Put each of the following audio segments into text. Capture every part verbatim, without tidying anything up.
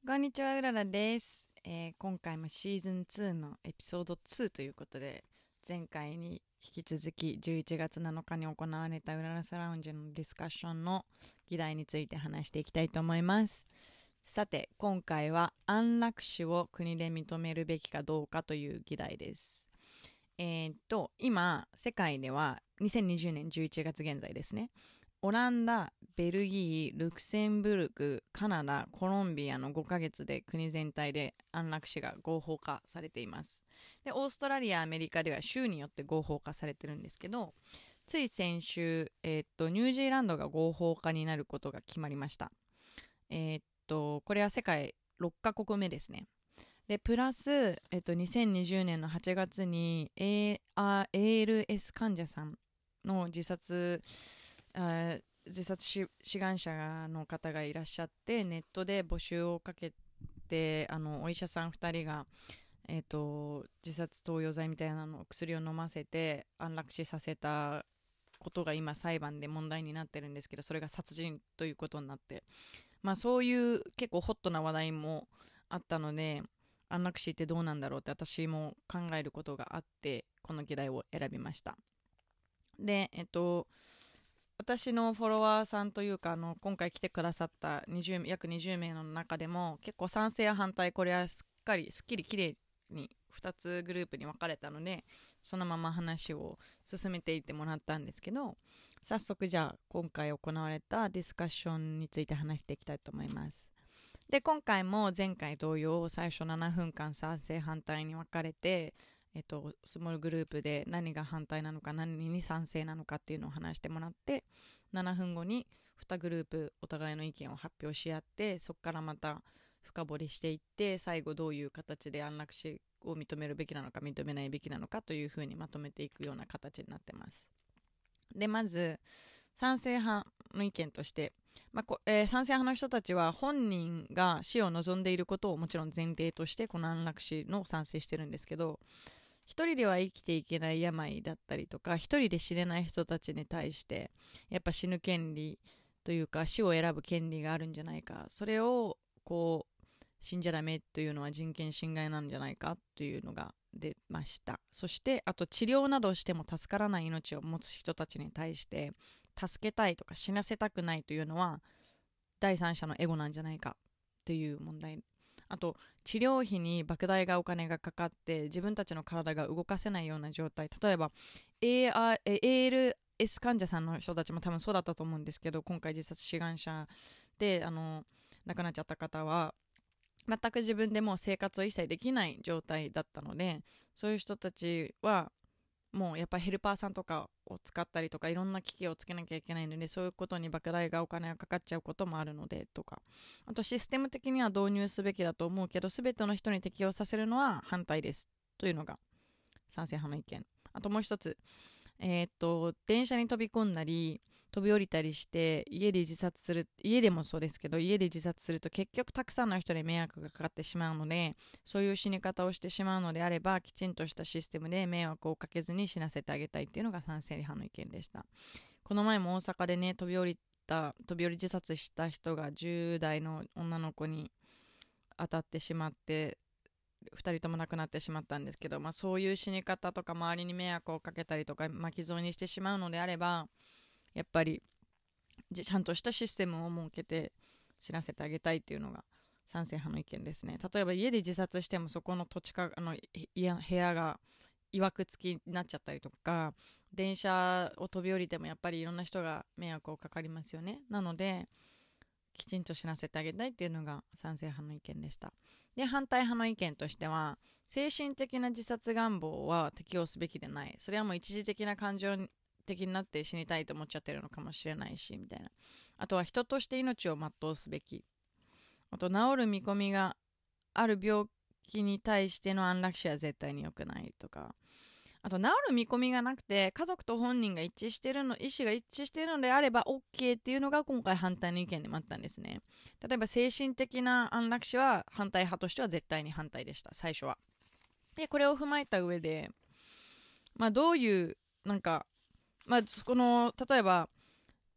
こんにちは、うららです、えー今回もシーズンツーのエピソードツーということで、前回に引き続きじゅういちがつなのかに行われたうららサラウンジのディスカッションの議題について話していきたいと思います。さて、今回は安楽死を国で認めるべきかどうかという議題です。えーっと今世界ではにせんにじゅうねんじゅういちがつ現在ですね、オランダ、ベルギー、ルクセンブルク、カナダ、コロンビアのごかげつで国全体で安楽死が合法化されています。で、オーストラリア、アメリカでは州によって合法化されてるんですけど、つい先週、えーっとニュージーランドが合法化になることが決まりました。えーっとこれは世界ろっかこくめですね。でプラス、えっと、にせんにじゅうねんのはちがつに エーアールエス 患者さんの自殺あ自殺し志願者の方がいらっしゃって、ネットで募集をかけて、あのお医者さんふたりが、えー、と自殺投与剤みたいなの薬を飲ませて安楽死させたことが今裁判で問題になってるんですけど、それが殺人ということになって、まあ、そういう結構ホットな話題もあったので、安楽死ってどうなんだろうって私も考えることがあって、この議題を選びました。で、えっと私のフォロワーさんというか、あの今回来てくださったにじゅう約にじゅうめいの中でも結構賛成や反対、これはすっかりすっきりきれいにふたつグループに分かれたので、そのまま話を進めていってもらったんですけど、早速じゃあ今回行われたディスカッションについて話していきたいと思います。で、今回も前回同様、最初ななふんかん賛成反対に分かれて、えっと、スモールグループで何が反対なのか何に賛成なのかっていうのを話してもらって、ななふんごににグループお互いの意見を発表し合って、そこからまた深掘りしていって、最後どういう形で安楽死を認めるべきなのか認めないべきなのかというふうにまとめていくような形になってます。で、まず賛成派の意見として、まあこえー賛成派の人たちは本人が死を望んでいることをもちろん前提としてこの安楽死の賛成してるんですけど、一人では生きていけない病だったりとか、一人で死ねない人たちに対してやっぱ死ぬ権利というか死を選ぶ権利があるんじゃないか、それをこう死んじゃダメというのは人権侵害なんじゃないかというのが出ました。そしてあと治療などをしても助からない命を持つ人たちに対して助けたいとか死なせたくないというのは第三者のエゴなんじゃないかっていう問題。あと治療費に莫大なお金がかかって自分たちの体が動かせないような状態、例えば エーアールエス 患者さんの人たちも多分そうだったと思うんですけど、今回自殺志願者であの亡くなっちゃった方は全く自分でもう生活を一切できない状態だったので、そういう人たちはもうやっぱりヘルパーさんとかを使ったりとかいろんな機器をつけなきゃいけないので、そういうことに莫大なお金がかかっちゃうこともあるのでとか、あとシステム的には導入すべきだと思うけど全ての人に適用させるのは反対ですというのが賛成派の意見。あともう一つ、えーっと電車に飛び込んだり飛び降りたりして家で自殺する、家でもそうですけど家で自殺すると結局たくさんの人に迷惑がかかってしまうので、そういう死に方をしてしまうのであればきちんとしたシステムで迷惑をかけずに死なせてあげたいっていうのが賛成派の意見でした。この前も大阪でね、飛び降りた飛び降り自殺した人がじゅう代の女の子に当たってしまってふたりとも亡くなってしまったんですけど、まあ、そういう死に方とか周りに迷惑をかけたりとか巻き添えにしてしまうのであれば、やっぱりちゃんとしたシステムを設けて死なせてあげたいっていうのが賛成派の意見ですね。例えば家で自殺してもそこの土地かあのいや部屋がいわくつきになっちゃったりとか、電車を飛び降りてもやっぱりいろんな人が迷惑をかかりますよね。なのできちんと死なせてあげたいっていうのが賛成派の意見でした。で、反対派の意見としては、精神的な自殺願望は適用すべきでない、それはもう一時的な感情的になって死にたいと思っちゃってるのかもしれないしみたいな。あとは人として命を全うすべき。あと治る見込みがある病気に対しての安楽死は絶対に良くないとか、あと治る見込みがなくて家族と本人が一致してるの意思が一致しているのであれば OK っていうのが今回反対の意見でもあったんですね。例えば精神的な安楽死は反対派としては絶対に反対でした、最初は。でこれを踏まえた上で、まあどういうなんかまあこの例えば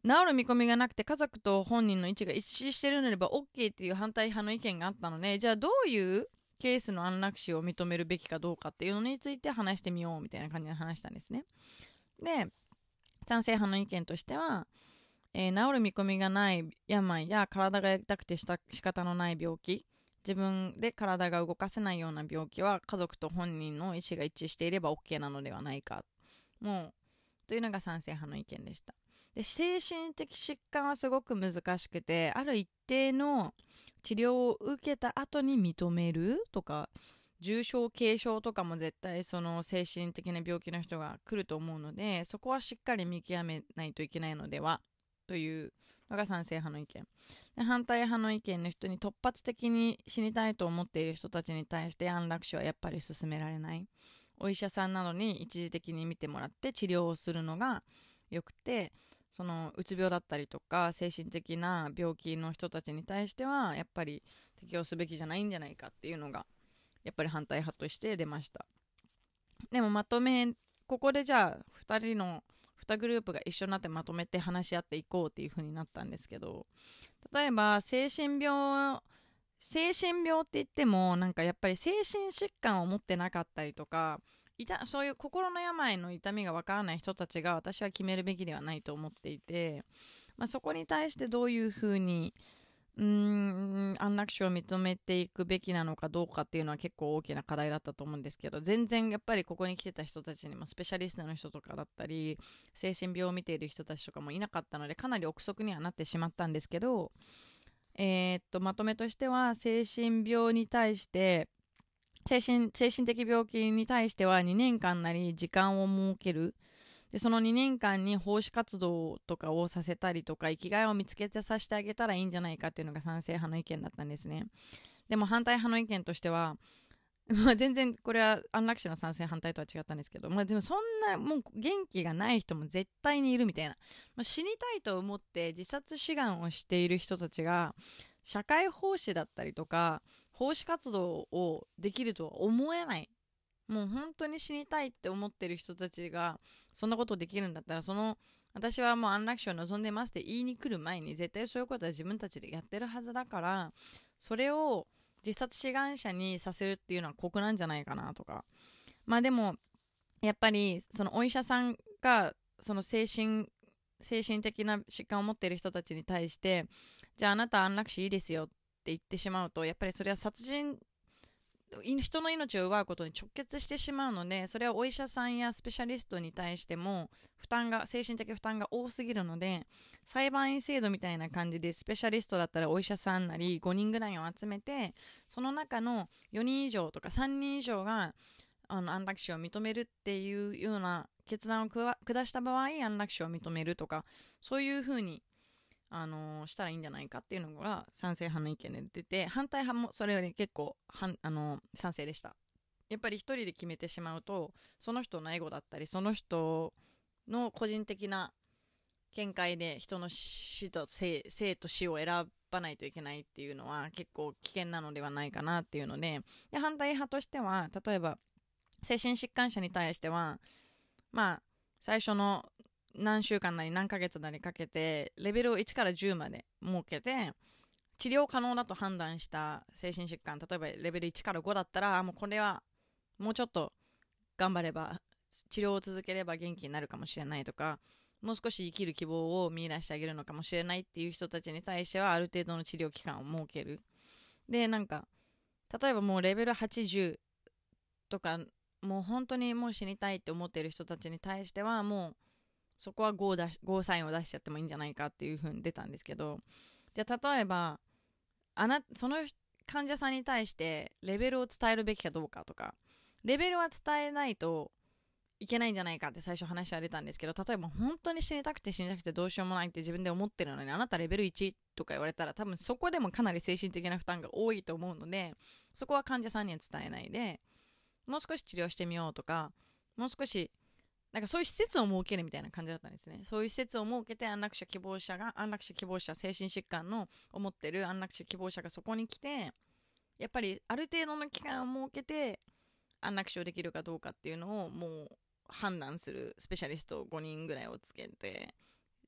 治る見込みがなくて家族と本人の位置が一致しているのであれば OK っていう反対派の意見があったので、じゃあどういうケースの安楽死を認めるべきかどうかっていうのについて話してみようみたいな感じで話したんですね。で、賛成派の意見としては、えー治る見込みがない病や体が痛くてした仕方のない病気、自分で体が動かせないような病気は家族と本人の意思が一致していれば OK なのではないか、もうというのが賛成派の意見でした。で、精神的疾患はすごく難しくて、ある一定の治療を受けた後に認めるとか、重症軽症とかも絶対その精神的な病気の人が来ると思うので、そこはしっかり見極めないといけないのではというのが賛成派の意見で、反対派の意見の人に突発的に死にたいと思っている人たちに対して安楽死はやっぱり進められない。お医者さんなどに一時的に見てもらって治療をするのがよくて、そのうつ病だったりとか精神的な病気の人たちに対してはやっぱり適用すべきじゃないんじゃないかっていうのがやっぱり反対派として出ました。でもまとめここでじゃあふたりのにグループが一緒になってまとめて話し合っていこうっていう風になったんですけど、例えば精神病精神病って言ってもなんかやっぱり精神疾患を持ってなかったりとか、いたそういう心の病の痛みがわからない人たちが私は決めるべきではないと思っていて、まあ、そこに対してどういうふうにうーん安楽死を認めていくべきなのかどうかっていうのは結構大きな課題だったと思うんですけど、全然やっぱりここに来てた人たちにもスペシャリストの人とかだったり精神病を見ている人たちとかもいなかったので、かなり憶測にはなってしまったんですけど、えー、っとまとめとしては精神病に対して精神、精神的病気に対してはにねんかんなり時間を設ける。でそのにねんかんに奉仕活動とかをさせたりとか生きがいを見つけてさせてあげたらいいんじゃないかっていうのが賛成派の意見だったんですね。でも反対派の意見としてはまあ全然これは安楽死の賛成反対とは違ったんですけど、まあ、でもそんなもう元気がない人も絶対にいるみたいな、まあ、死にたいと思って自殺志願をしている人たちが社会奉仕だったりとか奉仕活動をできるとは思えない。もう本当に死にたいって思ってる人たちがそんなことできるんだったら、その私はもう安楽死を望んでますって言いに来る前に絶対そういうことは自分たちでやってるはずだから、それを自殺志願者にさせるっていうのは酷なんじゃないかなとか。まあでもやっぱりそのお医者さんがその精神精神的な疾患を持っている人たちに対して、じゃああなた安楽死いいですよって言ってしまうと、やっぱりそれは殺人人の命を奪うことに直結してしまうので、それはお医者さんやスペシャリストに対しても負担が精神的負担が多すぎるので、裁判員制度みたいな感じでスペシャリストだったらお医者さんなりごにんぐらいを集めて、その中のよにん以上とかさんにん以上があの安楽死を認めるっていうような決断を下した場合安楽死を認めるとか、そういう風にあのー、したらいいんじゃないかっていうのが賛成派の意見で出て、反対派もそれより結構はん、あのー、賛成でした。やっぱり一人で決めてしまうとその人のエゴだったりその人の個人的な見解で人の死と生、生と死を選ばないといけないっていうのは結構危険なのではないかなっていうので、で反対派としては例えば精神疾患者に対してはまあ最初の何週間なり何ヶ月なりかけてレベルをいちからじゅうまで設けて、治療可能だと判断した精神疾患、例えばレベルいちからごだったらもうこれはもうちょっと頑張れば治療を続ければ元気になるかもしれないとか、もう少し生きる希望を見出してあげるのかもしれないっていう人たちに対してはある程度の治療期間を設ける。でなんか例えばもうレベルはちじゅうとかもう本当にもう死にたいって思っている人たちに対してはもうそこは ゴー, 出しゴーサインを出しちゃってもいいんじゃないかっていう風に出たんですけど、じゃあ例えばあなその患者さんに対してレベルを伝えるべきかどうかとか、レベルは伝えないといけないんじゃないかって最初話は出たんですけど、例えば本当に死にたくて死にたくてどうしようもないって自分で思ってるのにあなたレベルいちとか言われたら多分そこでもかなり精神的な負担が多いと思うので、そこは患者さんには伝えないでもう少し治療してみようとか、もう少しなんかそういう施設を設けるみたいな感じだったんですね。そういう施設を設けて安楽死希望者が安楽死希望者精神疾患の思ってる安楽死希望者がそこに来て、やっぱりある程度の期間を設けて安楽死をできるかどうかっていうのをもう判断するスペシャリストごにんぐらいをつけて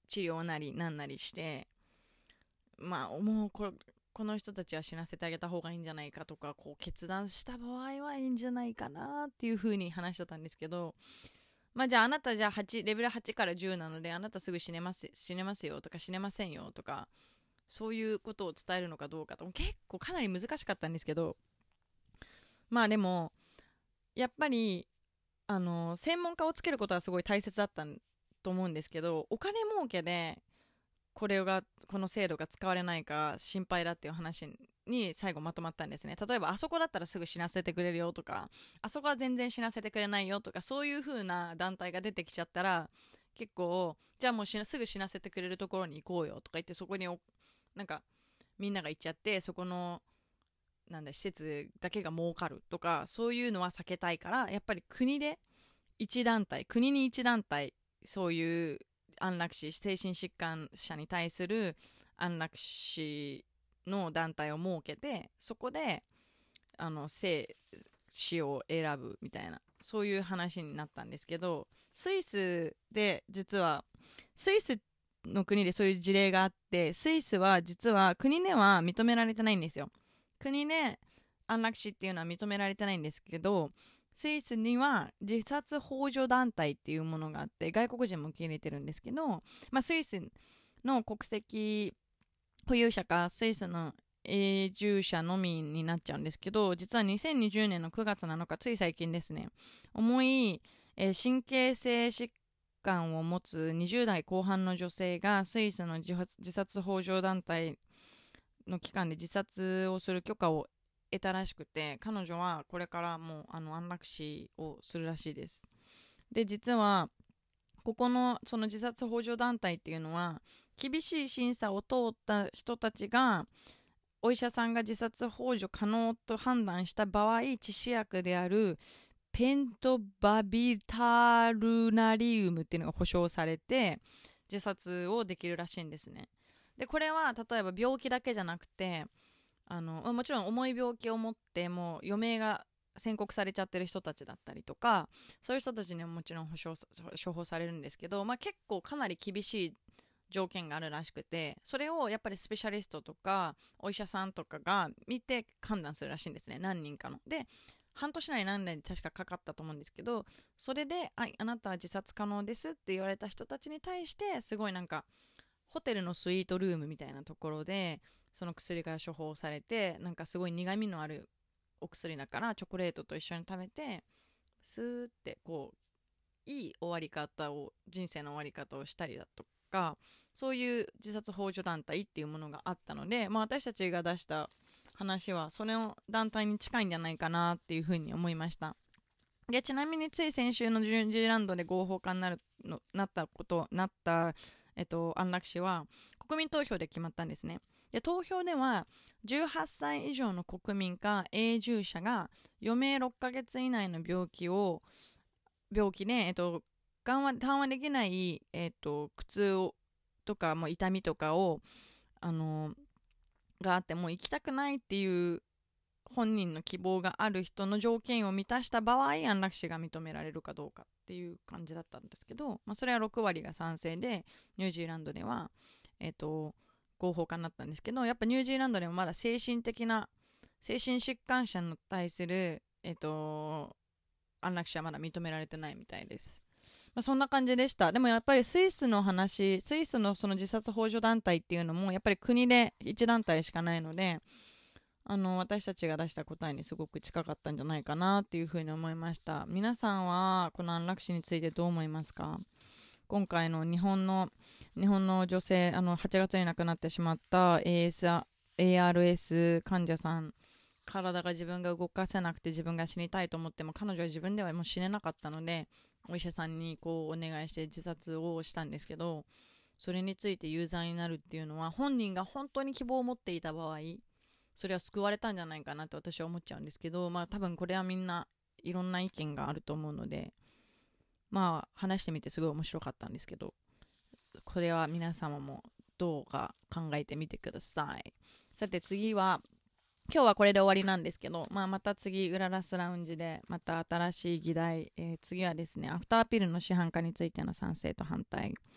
治療なりなんなりして、まあもうこれこの人たちは死なせてあげた方がいいんじゃないかとか、こう決断した場合はいいんじゃないかなっていう風に話してたんですけど、まあじゃああなたじゃあはちレベルはちからじゅうなので、あなたすぐ死ねます死ねますよとか死ねませんよとか、そういうことを伝えるのかどうかと結構かなり難しかったんですけど、まあでもやっぱりあの専門家をつけることはすごい大切だったと思うんですけど、お金儲けでこれがこの制度が使われないか心配だっていう話に最後まとまったんですね。例えばあそこだったらすぐ死なせてくれるよとか、あそこは全然死なせてくれないよとか、そういう風な団体が出てきちゃったら結構、じゃあもうしなすぐ死なせてくれるところに行こうよとか言って、そこになんかみんなが行っちゃって、そこのなんだ施設だけが儲かるとか、そういうのは避けたいから、やっぱり国で一団体国に一団体、そういう安楽死精神疾患者に対する安楽死の団体を設けて、そこであの生死を選ぶみたいな、そういう話になったんですけど、スイスで実はスイスの国でそういう事例があって、スイスは実は国では認められてないんですよ。国で安楽死っていうのは認められてないんですけど、スイスには自殺幇助団体っていうものがあって、外国人も受け入れてるんですけど、まあ、スイスの国籍保有者かスイスの永住者のみになっちゃうんですけど、実はにせんにじゅうねんのくがつなのか、つい最近ですね、重い、えー神経性疾患を持つにじゅう代後半の女性がスイスの自発自殺幇助団体の機関で自殺をする許可を得たらしくて、彼女はこれからもうあの安楽死をするらしいです。で実はここのその自殺幇助団体っていうのは、厳しい審査を通った人たちが、お医者さんが自殺幇助可能と判断した場合、致死薬であるペントバビタルナリウムっていうのが保証されて自殺をできるらしいんですね。でこれは例えば病気だけじゃなくて、あのもちろん重い病気を持ってもう余命が宣告されちゃってる人たちだったりとか、そういう人たちにはもちろん保証処方されるんですけど、まあ、結構かなり厳しい条件があるらしくて、それをやっぱりスペシャリストとかお医者さんとかが見て判断するらしいんですね、何人かの。で半年内何年で確かかかったと思うんですけど、それで あ, あなたは自殺可能ですって言われた人たちに対して、すごいなんかホテルのスイートルームみたいなところでその薬が処方されて、なんかすごい苦みのあるお薬だからチョコレートと一緒に食べてスーってこういい終わり方を、人生の終わり方をしたりだとか、そういう自殺幇助団体っていうものがあったので、まあ、私たちが出した話はそれの団体に近いんじゃないかなっていうふうに思いました。でちなみについ先週のニュージーランドで合法化になるのなったことなった、えっと、安楽死は国民投票で決まったんですね。で投票ではじゅうはっさい以上の国民か永住者が余命ろっかげつ以内の病気を病気で、えっと、緩和緩和できない、えっと、苦痛をとかもう痛みとかをあのがあってもう行きたくないっていう本人の希望がある人の条件を満たした場合、安楽死が認められるかどうかっていう感じだったんですけど、まあ、それはろくわりが賛成でニュージーランドでは、えっと、合法化になったんですけど、やっぱニュージーランドでもまだ精神的な精神疾患者に対する、えっと、安楽死はまだ認められてないみたいです。まあ、そんな感じでした。でもやっぱりスイスの話、スイスのその自殺幇助団体っていうのもやっぱり国でいち団体しかないので、あの私たちが出した答えにすごく近かったんじゃないかなっていうふうに思いました。皆さんはこの安楽死についてどう思いますか？今回の日本の日本の女性、あのはちがつに亡くなってしまった エーエス エーアールエス 患者さん、体が自分が動かせなくて自分が死にたいと思っても彼女は自分ではもう死ねなかったので、お医者さんにこうお願いして自殺をしたんですけど、それについて有罪になるっていうのは本人が本当に希望を持っていた場合、それは救われたんじゃないかなって私は思っちゃうんですけど、まあ多分これはみんないろんな意見があると思うので、まあ話してみてすごい面白かったんですけど、これは皆様もどうか考えてみてください。さて次は、今日はこれで終わりなんですけど、まあ、また次ウララスラウンジでまた新しい議題、えー、次はですねアフターピルの市販化についての賛成と反対、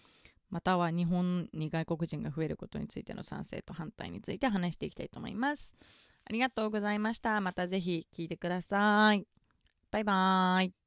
または日本に外国人が増えることについての賛成と反対について話していきたいと思います。ありがとうございました。またぜひ聞いてください。バイバーイ。